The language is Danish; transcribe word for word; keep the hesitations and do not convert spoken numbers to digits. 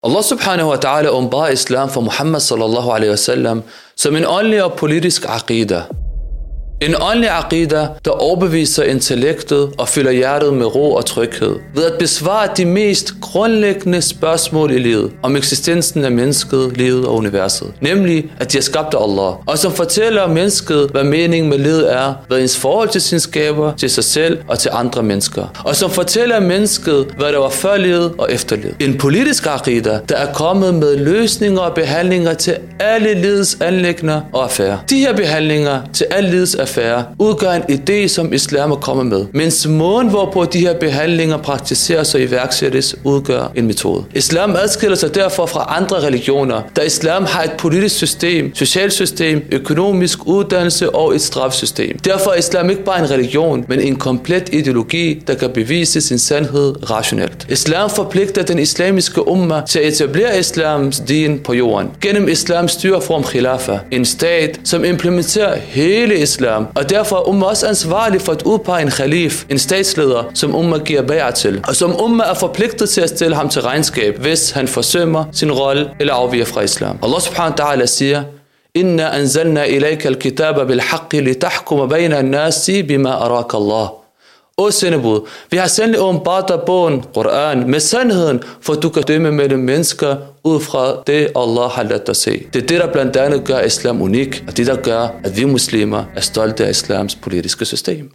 Allah subhanahu wa ta'ala åbenbarer islam for Muhammad sallallahu alaihi wasallam som en åndelig og politisk aqida. En åndelig aqida, der overbeviser intellektet og fylder hjertet med ro og tryghed, ved at besvare de mest grundlæggende spørgsmål i livet om eksistensen af mennesket, livet og universet. Nemlig, at de har skabt Allah, og som fortæller mennesket, hvad meningen med livet er, hvad ens forhold til sin skaber, til sig selv og til andre mennesker. Og som fortæller mennesket, hvad der var før livet og efter livet. En politisk aqida, der er kommet med løsninger og behandlinger til alle livets anliggender og affærer. De her behandlinger til alle livets affærer udgør en idé, som islam er kommet med, mens måden, hvorpå de her behandlinger praktiseres og iværksættes, udgør en metode. Islam adskiller sig derfor fra andre religioner, da islam har et politisk system, socialt system, økonomisk uddannelse og et strafsystem. Derfor er islam ikke bare en religion, men en komplet ideologi, der kan bevise sin sandhed rationelt. Islam forpligter den islamiske umma til at etablere islams din på jorden, gennem islams styreform khilafa, en stat, som implementerer hele islam, og derfor er umma også ansvarlig for at udpege en khalif, en statsleder, som umma giver bay'ah til, og som umma er forpligtet til at stille ham til regnskab, hvis han forsømmer sin rolle eller afviger fra islam. Allah subhanahu wa ta'ala siger: Inna anzalna ilayka al-kitaba bil-haqqi litahkuma bayna an-nasi bima araka Allah. O sendebud, vi har sandelig åbenbart dig bogen, Koran, med sandheden, for du kan dømme mellem mennesker ud fra det, Allah har ladet dig se. Det er det, der blandt andet gør islam unik, og det, der gør, at vi muslimer er stolte af islams politiske system.